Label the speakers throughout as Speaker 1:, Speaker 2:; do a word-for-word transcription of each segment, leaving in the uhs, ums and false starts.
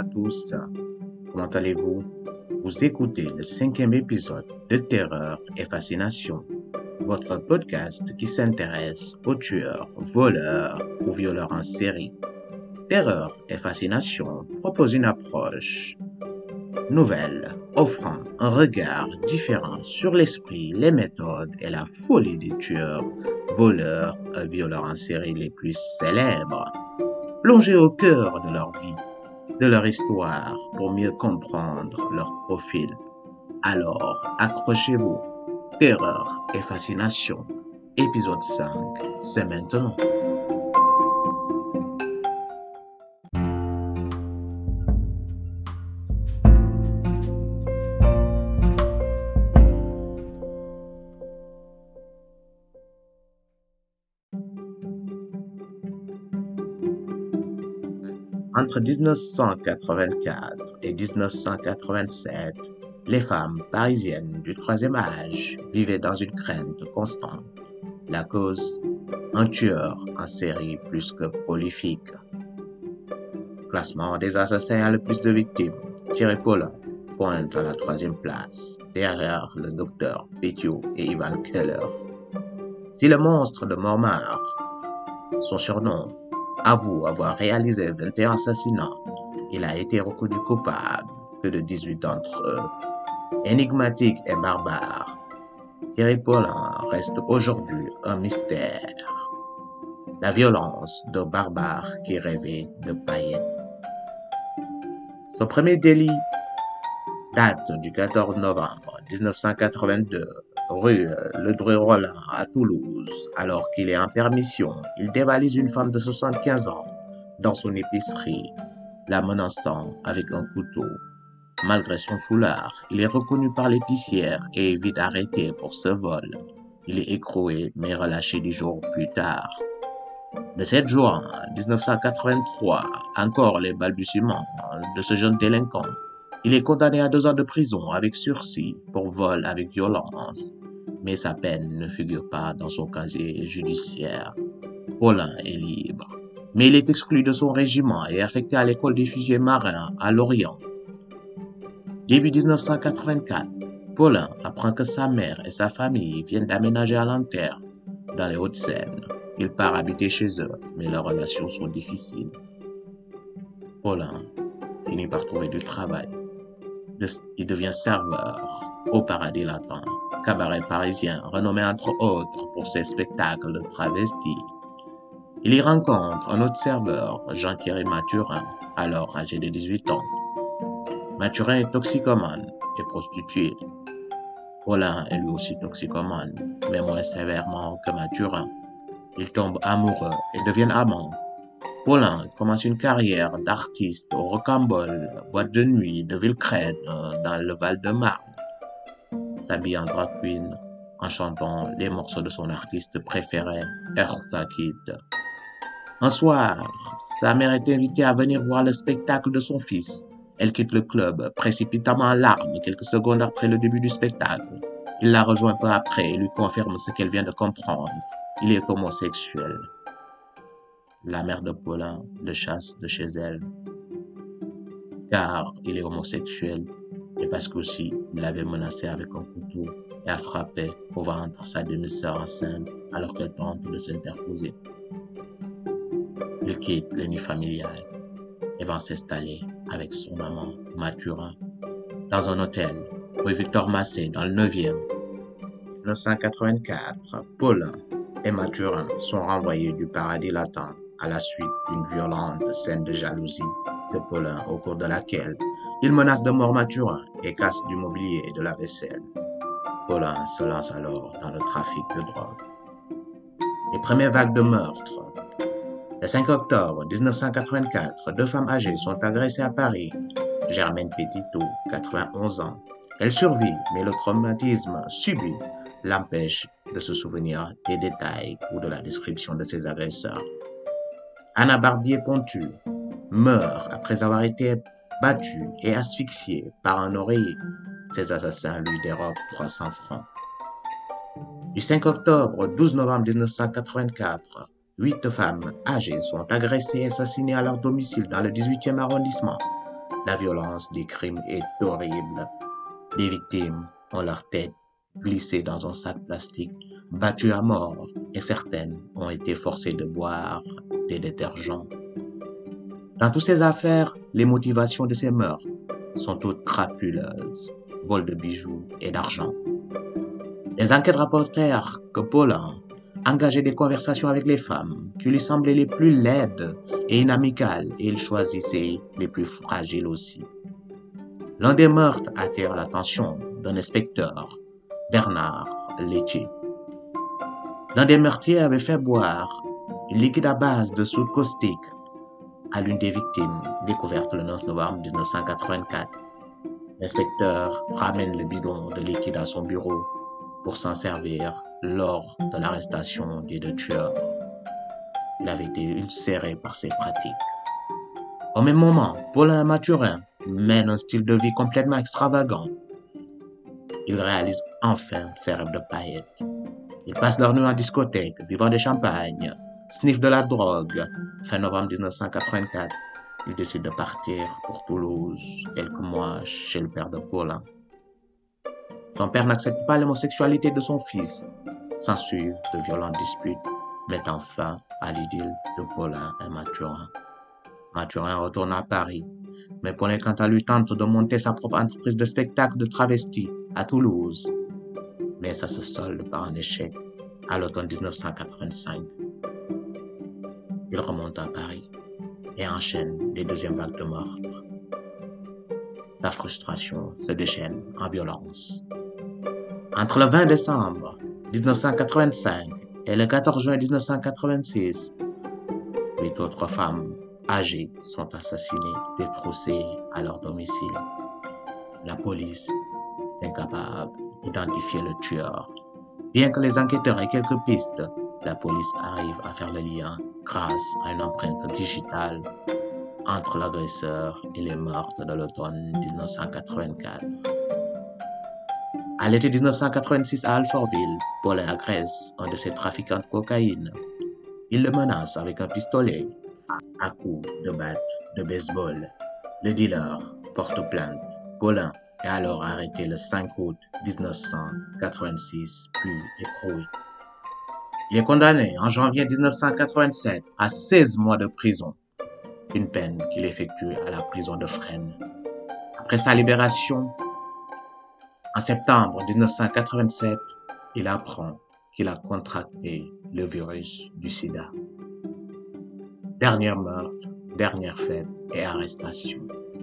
Speaker 1: à tous, comment allez-vous? Vous écoutez le cinquième épisode de Terreur et Fascination, votre podcast qui s'intéresse aux tueurs, voleurs ou violeurs en série. Terreur et Fascination propose une approche nouvelle, offrant un regard différent sur l'esprit, les méthodes et la folie des tueurs, voleurs et violeurs en série les plus célèbres. Plongez au cœur de leur vie, de leur histoire, pour mieux comprendre leur profil. Alors, accrochez-vous. Terreur et Fascination, épisode cinq, c'est maintenant. Entre dix-neuf cent quatre-vingt-quatre et dix-neuf cent quatre-vingt-sept, les femmes parisiennes du troisième âge vivaient dans une crainte constante. La cause, un tueur en série plus que prolifique. Classement des assassins à le plus de victimes, Thierry Paulin pointe à la troisième place, derrière le docteur Petiot et Ivan Keller. Si le monstre de Montmartre, son surnom, avoue avoir réalisé vingt et un assassinats, il a été reconnu coupable que de dix-huit d'entre eux. Énigmatique et barbare, Thierry Paulin reste aujourd'hui un mystère. La violence d'un barbare qui rêvait de paillettes. Son premier délit date du quatorze novembre dix-neuf cent quatre-vingt-deux, rue Ledru-Rollin à Toulouse. Alors qu'il est en permission, il dévalise une femme de soixante-quinze ans dans son épicerie, la menaçant avec un couteau. Malgré son foulard, il est reconnu par l'épicière et est vite arrêté pour ce vol. Il est écroué mais relâché dix jours plus tard. Le sept juin dix-neuf cent quatre-vingt-trois, encore les balbutiements de ce jeune délinquant. Il est condamné à deux ans de prison avec sursis pour vol avec violence, mais sa peine ne figure pas dans son casier judiciaire. Paulin est libre, mais il est exclu de son régiment et affecté à l'école des fusiliers marins à Lorient. Début dix-neuf cent quatre-vingt-quatre, Paulin apprend que sa mère et sa famille viennent d'aménager à Nanterre, dans les Hauts-de-Seine. Il part habiter chez eux, mais leurs relations sont difficiles. Paulin finit par trouver du travail. Il devient serveur au Paradis Latin, cabaret parisien renommé entre autres pour ses spectacles de travestis. Il y rencontre un autre serveur, Jean-Thierry Mathurin, alors âgé de dix-huit ans. Mathurin est toxicomane et prostitué. Paulin est lui aussi toxicomane, mais moins sévèrement que Mathurin. Ils tombent amoureux et deviennent amants. Paulin commence une carrière d'artiste au Rocambole, boîte de nuit de Villecreide, dans le Val-de-Marne. S'habille en drag queen en chantant les morceaux de son artiste préféré, Eartha Kitt. Un soir, sa mère est invitée à venir voir le spectacle de son fils. Elle quitte le club, précipitamment en larmes, quelques secondes après le début du spectacle. Il la rejoint peu après et lui confirme ce qu'elle vient de comprendre. Il est homosexuel. La mère de Paulin le chasse de chez elle, car il est homosexuel et parce qu'aussi il l'avait menacé avec un couteau et a frappé au ventre sa demi-sœur enceinte alors qu'elle tente de s'interposer. Il quitte le nid familial et va s'installer avec son amant Mathurin dans un hôtel rue Victor Massé dans le neuvième. dix-neuf cent quatre-vingt-quatre, Paulin et Mathurin sont renvoyés du Paradis Latin à la suite d'une violente scène de jalousie de Paulin au cours de laquelle il menace de mort Mathurin et casse du mobilier et de la vaisselle. Paulin se lance alors dans le trafic de drogue. Les premières vagues de meurtres. Le cinq octobre dix-neuf cent quatre-vingt-quatre, deux femmes âgées sont agressées à Paris. Germaine Petitot, quatre-vingt-onze ans. Elle survit, mais le traumatisme subi l'empêche de se souvenir des détails ou de la description de ses agresseurs. Anna Barbier-Pontu meurt après avoir été battue et asphyxiée par un oreiller. Ses assassins lui dérobent trois cents francs. Du cinq octobre au douze novembre dix-neuf cent quatre-vingt-quatre, huit femmes âgées sont agressées et assassinées à leur domicile dans le dix-huitième arrondissement. La violence des crimes est horrible. Les victimes ont leur tête glissée dans un sac plastique, battues à mort, et certaines ont été forcées de boire des détergents. Dans toutes ces affaires, les motivations de ces meurtres sont toutes crapuleuses, vol de bijoux et d'argent. Les enquêtes rapportèrent que Paulin engageait des conversations avec les femmes qui lui semblaient les plus laides et inamicales, et il choisissait les plus fragiles aussi. L'un des meurtres attire l'attention d'un inspecteur, Bernard Létier. L'un des meurtriers avait fait boire une liquide à base de soude caustique à l'une des victimes, découverte le neuf novembre mille neuf cent quatre-vingt-quatre. L'inspecteur ramène le bidon de liquide à son bureau pour s'en servir lors de l'arrestation des deux tueurs. Il avait été ulcéré par ces pratiques. Au même moment, Paulin Mathurin mène un style de vie complètement extravagant. Il réalise enfin ses rêves de paillettes. Ils passent leur nuit en discothèque, buvant des champagnes, sniffent de la drogue. Fin novembre mille neuf cent quatre-vingt-quatre, il décide de partir pour Toulouse, quelques mois chez le père de Paulin. Son père n'accepte pas l'homosexualité de son fils. S'ensuivent de violentes disputes, mettant fin à l'idylle de Paulin et Mathurin. Mathurin retourne à Paris, mais Paulin, quant à lui, tente de monter sa propre entreprise de spectacle de travesti à Toulouse. Mais ça se solde par un échec à l'automne mille neuf cent quatre-vingt-cinq. Il remonte à Paris et enchaîne les deuxièmes vagues de meurtres. Sa frustration se déchaîne en violence. Entre le vingt décembre mille neuf cent quatre-vingt-cinq et le quatorze juin mille neuf cent quatre-vingt-six, huit autres femmes âgées sont assassinées, détroussées à leur domicile. La police est incapable d'identifier le tueur. Bien que les enquêteurs aient quelques pistes, la police arrive à faire le lien grâce à une empreinte digitale entre l'agresseur et les meurtres de l'automne mille neuf cent quatre-vingt-quatre. À l'été mille neuf cent quatre-vingt-six, à Alfortville, Paulin agresse un de ses trafiquants de cocaïne. Il le menace avec un pistolet à coups de batte de baseball. Le dealer porte plainte. Paulin est alors arrêté le cinq août mille neuf cent quatre-vingt-six, puis écroué. Il est condamné en janvier mille neuf cent quatre-vingt-sept à seize mois de prison, une peine qu'il effectue à la prison de Fresnes. Après sa libération, en septembre mille neuf cent quatre-vingt-sept, il apprend qu'il a contracté le virus du sida. Dernier meurtre, dernière fête et arrestation.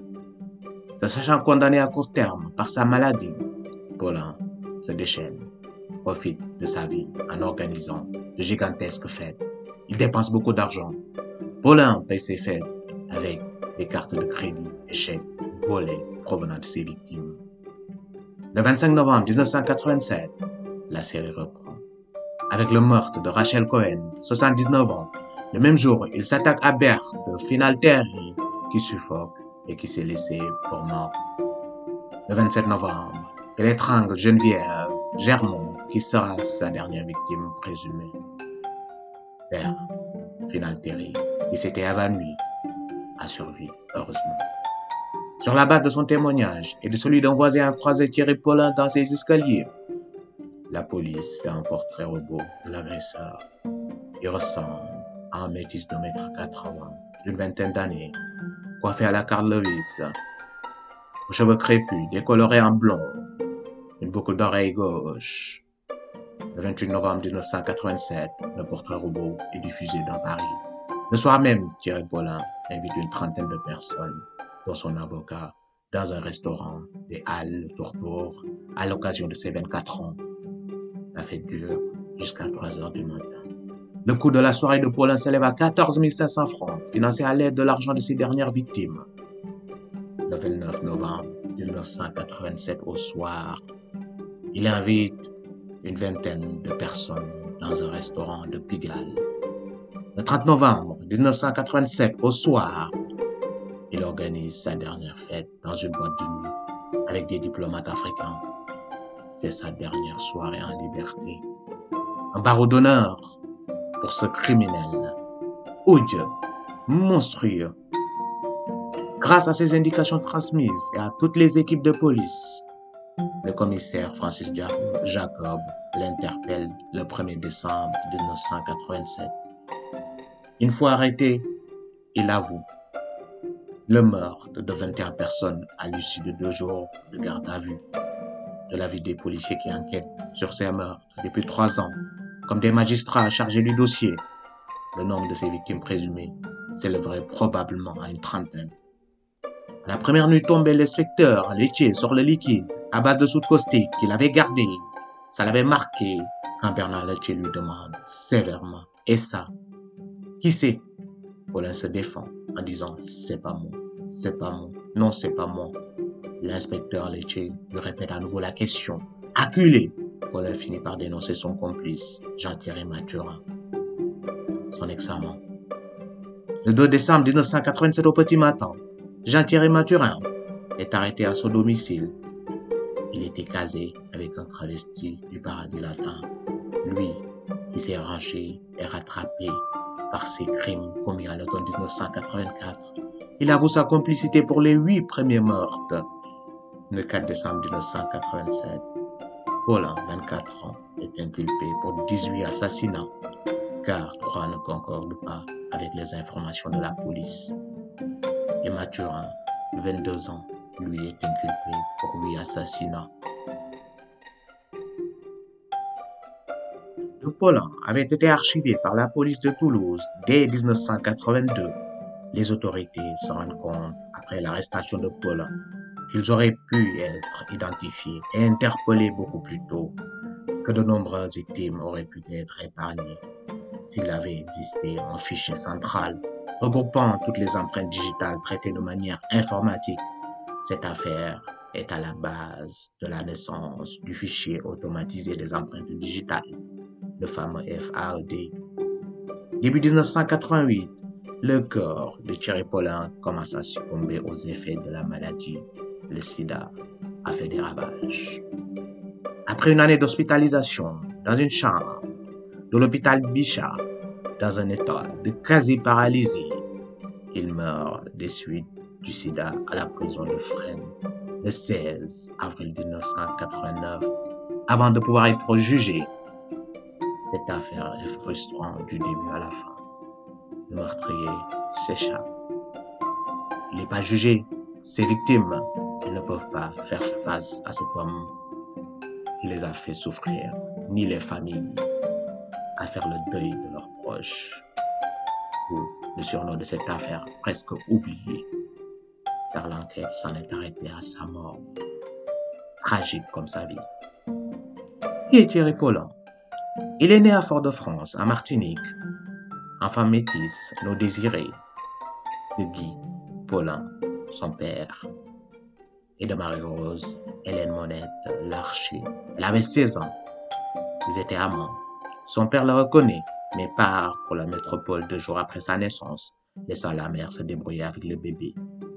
Speaker 1: Se sachant condamné à court terme par sa maladie, Paulin se déchaîne, profite de sa vie en organisant de gigantesques fêtes. Il dépense beaucoup d'argent. Paulin paye ses fêtes avec des cartes de crédit et chèques volés provenant de ses victimes. Le vingt-cinq novembre mille neuf cent quatre-vingt-sept, la série reprend. Avec le meurtre de Rachel Cohen, soixante-dix-neuf ans, le même jour, il s'attaque à Berthe Finalteri, qui suffoque et qui s'est laissée pour mort. Le vingt-sept novembre, il étrangle Geneviève Germont, qui sera sa dernière victime présumée. Berthe Finalteri, qui s'était évanoui, a survécu, heureusement. Sur la base de son témoignage et de celui d'un voisin croisé Thierry Paulin dans ses escaliers, la police fait un portrait robot de l'agresseur. Il ressemble à un métis de un mètre quatre-vingts, d'une vingtaine d'années, coiffé à la Carl Lewis, aux cheveux crépus, décolorés en blond, une boucle d'oreille gauche. Le vingt-huit novembre mille neuf cent quatre-vingt-sept, le portrait robot est diffusé dans Paris. Le soir même, Thierry Paulin invite une trentaine de personnes, dont son avocat, dans un restaurant des Halles Le Tourtour, à l'occasion de ses vingt-quatre ans. La fête dure jusqu'à trois heures du matin. Le coût de la soirée de Paulin s'élève à quatorze mille cinq cents francs, financé à l'aide de l'argent de ses dernières victimes. Le vingt-neuf novembre mille neuf cent quatre-vingt-sept au soir, il invite une vingtaine de personnes dans un restaurant de Pigalle. Le trente novembre mille neuf cent quatre-vingt-sept au soir, il organise sa dernière fête dans une boîte de nuit avec des diplomates africains. C'est sa dernière soirée en liberté. Un barreau d'honneur pour ce criminel, odieux, monstrueux. Grâce à ces indications transmises et à toutes les équipes de police, le commissaire Francis Jacob l'interpelle le premier décembre mille neuf cent quatre-vingt-sept. Une fois arrêté, il avoue le meurtre de vingt et une personnes à l'issue de deux jours de garde à vue. De l'avis des policiers qui enquêtent sur ces meurtres depuis trois ans, comme des magistrats chargés du dossier, le nombre de ces victimes présumées s'élèverait probablement à une trentaine. La première nuit tombée, l'inspecteur Létier sort le liquide à base de soude caustique qu'il avait gardé. Ça l'avait marqué quand Bernard Létier lui demande sévèrement « Et ça, qui c'est ?» Paulin se défend en disant « C'est pas moi, c'est pas moi, non c'est pas moi ». L'inspecteur Létier lui répète à nouveau la question. Acculé, Paulin finit par dénoncer son complice, Jean-Thierry Mathurin. Son examen. Le deux décembre mille neuf cent quatre-vingt-sept au petit matin, Jean-Thierry Mathurin est arrêté à son domicile. Il était casé avec un travesti du paradis latin. Lui, qui s'est rangé et rattrapé par ses crimes commis à l'automne mille neuf cent quatre-vingt-quatre. Il avoue sa complicité pour les huit premiers meurtres. Le quatre décembre mille neuf cent quatre-vingt-sept, Paulin, vingt-quatre ans, est inculpé pour dix-huit assassinats, car trois ne concordent pas avec les informations de la police. Et Mathurin, vingt-deux ans, lui est inculpé pour huit assassinats. Le Paulin avait été archivé par la police de Toulouse dès mille neuf cent quatre-vingt-deux. Les autorités se rendent compte, après l'arrestation de Paulin, qu'ils auraient pu être identifiés et interpellés beaucoup plus tôt, que de nombreuses victimes auraient pu être épargnées s'il avait existé un fichier central regroupant toutes les empreintes digitales traitées de manière informatique. Cette affaire est à la base de la naissance du fichier automatisé des empreintes digitales, le fameux F A E D. Début mille neuf cent quatre-vingt-huit, le corps de Thierry Paulin commence à succomber aux effets de la maladie. Le sida a fait des ravages. Après une année d'hospitalisation dans une chambre de l'hôpital Bichat, dans un état de quasi-paralysie, il meurt des suites du sida à la prison de Fresnes le seize avril mille neuf cent quatre-vingt-neuf, avant de pouvoir être jugé. Cette affaire est frustrante du début à la fin. Le meurtrier s'échappe. Il n'est pas jugé. Ses victimes ne peuvent pas faire face à cet homme qui les a fait souffrir, ni les familles à faire le deuil de leurs proches. Ou le surnom de cette affaire presque oublié, car l'enquête s'en est arrêtée à sa mort. Tragique comme sa vie. Qui est Thierry Paulin? Il est né à Fort-de-France, en Martinique, enfant métisse, non désiré, de Guy Paulin, son père, et de Marie-Rose Hélène Monette Larcher. Elle avait seize ans. Ils étaient amants. Son père le reconnaît, mais part pour la métropole deux jours après sa naissance, laissant la mère se débrouiller avec le bébé.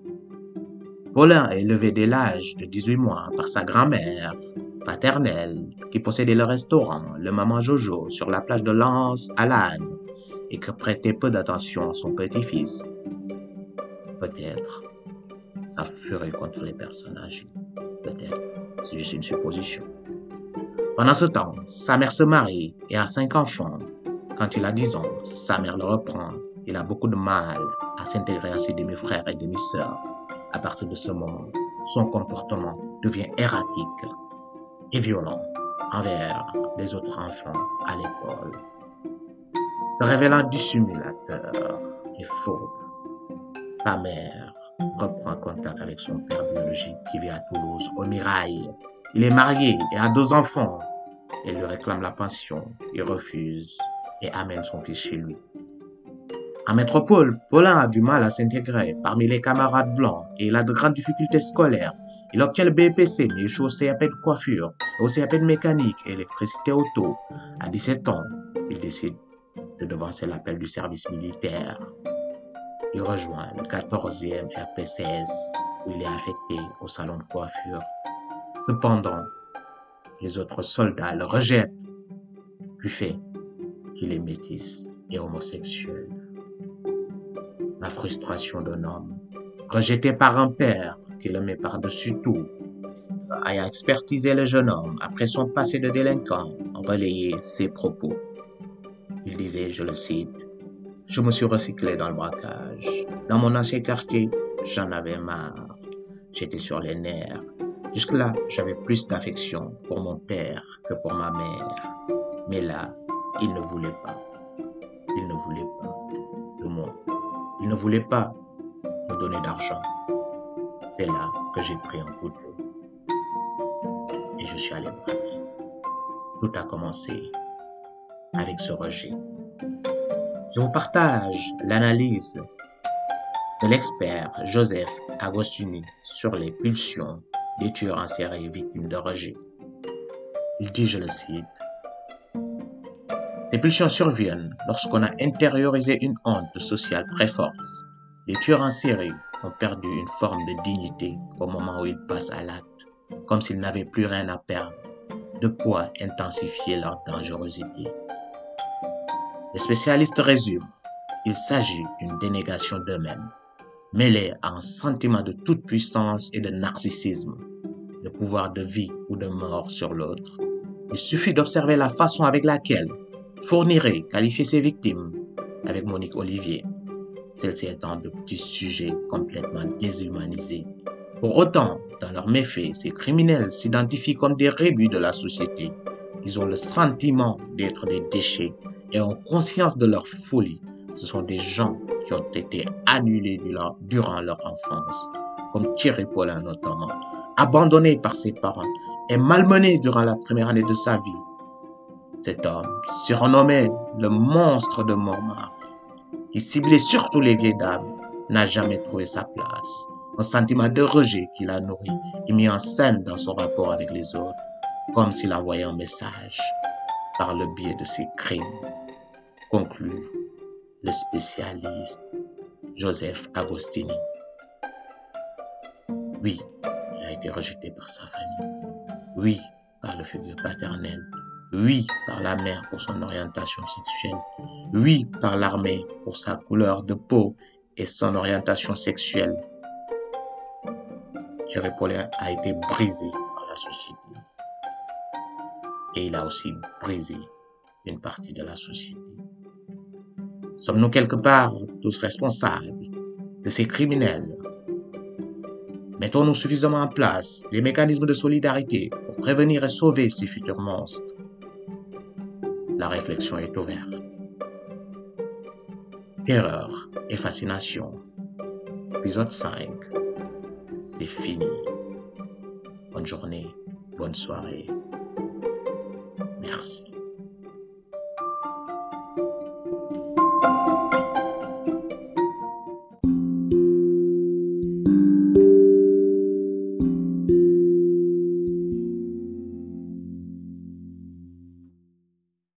Speaker 1: Paulin est élevé dès l'âge de dix-huit mois par sa grand-mère paternelle qui possédait le restaurant Le Maman Jojo sur la plage de Lens à Lannes et qui prêtait peu d'attention à son petit-fils. Peut-être sa furie contre les personnes âgées. Peut-être. C'est juste une supposition. Pendant ce temps, sa mère se marie et a cinq enfants. Quand il a dix ans, sa mère le reprend. Il a beaucoup de mal à s'intégrer à ses demi-frères et demi-sœurs. À partir de ce moment, son comportement devient erratique et violent envers les autres enfants à l'école. Se révélant dissimulateur et fourbe, sa mère reprend contact avec son père biologique qui vit à Toulouse, au Mirail. Il est marié et a deux enfants. Elle lui réclame la pension. Il refuse et amène son fils chez lui. En métropole, Paulin a du mal à s'intégrer parmi les camarades blancs et il a de grandes difficultés scolaires. Il obtient le B P C, mais échoue au C A P de coiffure, au C A P de mécanique et électricité auto. À dix-sept ans, il décide de devancer l'appel du service militaire. Il rejoint le quatorzième R P C S où il est affecté au salon de coiffure. Cependant, les autres soldats le rejettent du fait qu'il est métis et homosexuel. La frustration d'un homme Rejeté par un père qui le met par-dessus tout, ayant expertisé le jeune homme après son passé de délinquant, relayé ses propos. Il disait, je le cite, « Je me suis recyclé dans le braquage. Dans mon ancien quartier, j'en avais marre. J'étais sur les nerfs. Jusque-là, j'avais plus d'affection pour mon père que pour ma mère. Mais là, il ne voulait pas. Il ne voulait pas de moi. Il ne voulait pas me donner d'argent. C'est là que j'ai pris un couteau. Et je suis allé me braquer. Tout a commencé avec ce rejet. » Je vous partage l'analyse de l'expert Joseph Agostini sur les pulsions des tueurs en série victimes de rejet. Il dit, je le cite, « Ces pulsions surviennent lorsqu'on a intériorisé une honte sociale très forte. Les tueurs en série ont perdu une forme de dignité au moment où ils passent à l'acte, comme s'ils n'avaient plus rien à perdre, de quoi intensifier leur dangerosité. » Les spécialistes résument, il s'agit d'une dénégation d'eux-mêmes, mêlée à un sentiment de toute puissance et de narcissisme, de pouvoir de vie ou de mort sur l'autre. Il suffit d'observer la façon avec laquelle Fourniret qualifiait ses victimes avec Monique Olivier, celle-ci étant de petits sujets complètement déshumanisés. Pour autant, dans leurs méfaits, ces criminels s'identifient comme des rébus de la société. Ils ont le sentiment d'être des déchets et ont conscience de leur folie. Ce sont des gens qui ont été annulés durant leur enfance, comme Thierry Paulin notamment, abandonné par ses parents et malmené durant la première année de sa vie. Cet homme, surnommé le monstre de Montmartre, qui ciblait surtout les vieilles dames, n'a jamais trouvé sa place. Un sentiment de rejet qu'il a nourri et mis en scène dans son rapport avec les autres, comme s'il envoyait un message par le biais de ses crimes, conclut le spécialiste Joseph Agostini. Oui, il a été rejeté par sa famille. Oui, par le figure paternel. Oui, par la mère pour son orientation sexuelle. Oui, par l'armée pour sa couleur de peau et son orientation sexuelle. Thierry Paulin a été brisé par la société. Et il a aussi brisé une partie de la société. Sommes-nous quelque part tous responsables de ces criminels? Mettons-nous suffisamment en place les mécanismes de solidarité pour prévenir et sauver ces futurs monstres? La réflexion est ouverte. Terreur et fascination. Épisode cinq. C'est fini. Bonne journée, bonne soirée. Merci.